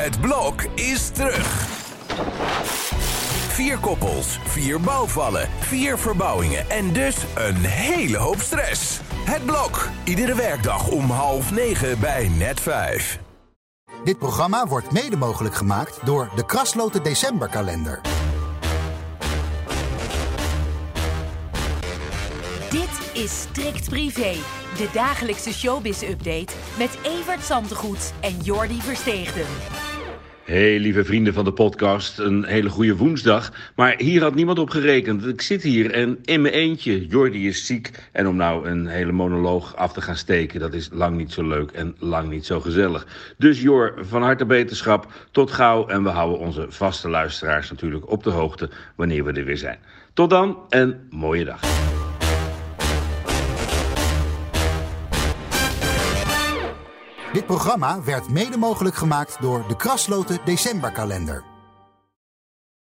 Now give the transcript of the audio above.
Het blok is terug. 4 koppels, 4 bouwvallen, 4 verbouwingen en dus een hele hoop stress. Het blok, iedere werkdag om 8:30 bij Net5. Dit programma wordt mede mogelijk gemaakt door de Krasloten Decemberkalender. Dit is Strikt Privé, de dagelijkse showbiz-update met Evert Zantegoed en Jordi Versteegden. Hey lieve vrienden van de podcast, een hele goede woensdag. Maar hier had niemand op gerekend. Ik zit hier en in mijn eentje. Jordi is ziek en om nou een hele monoloog af te gaan steken, dat is lang niet zo leuk en lang niet zo gezellig. Dus Jor, van harte beterschap, tot gauw en we houden onze vaste luisteraars natuurlijk op de hoogte wanneer we er weer zijn. Tot dan en mooie dag. Dit programma werd mede mogelijk gemaakt door de Krasloten Decemberkalender.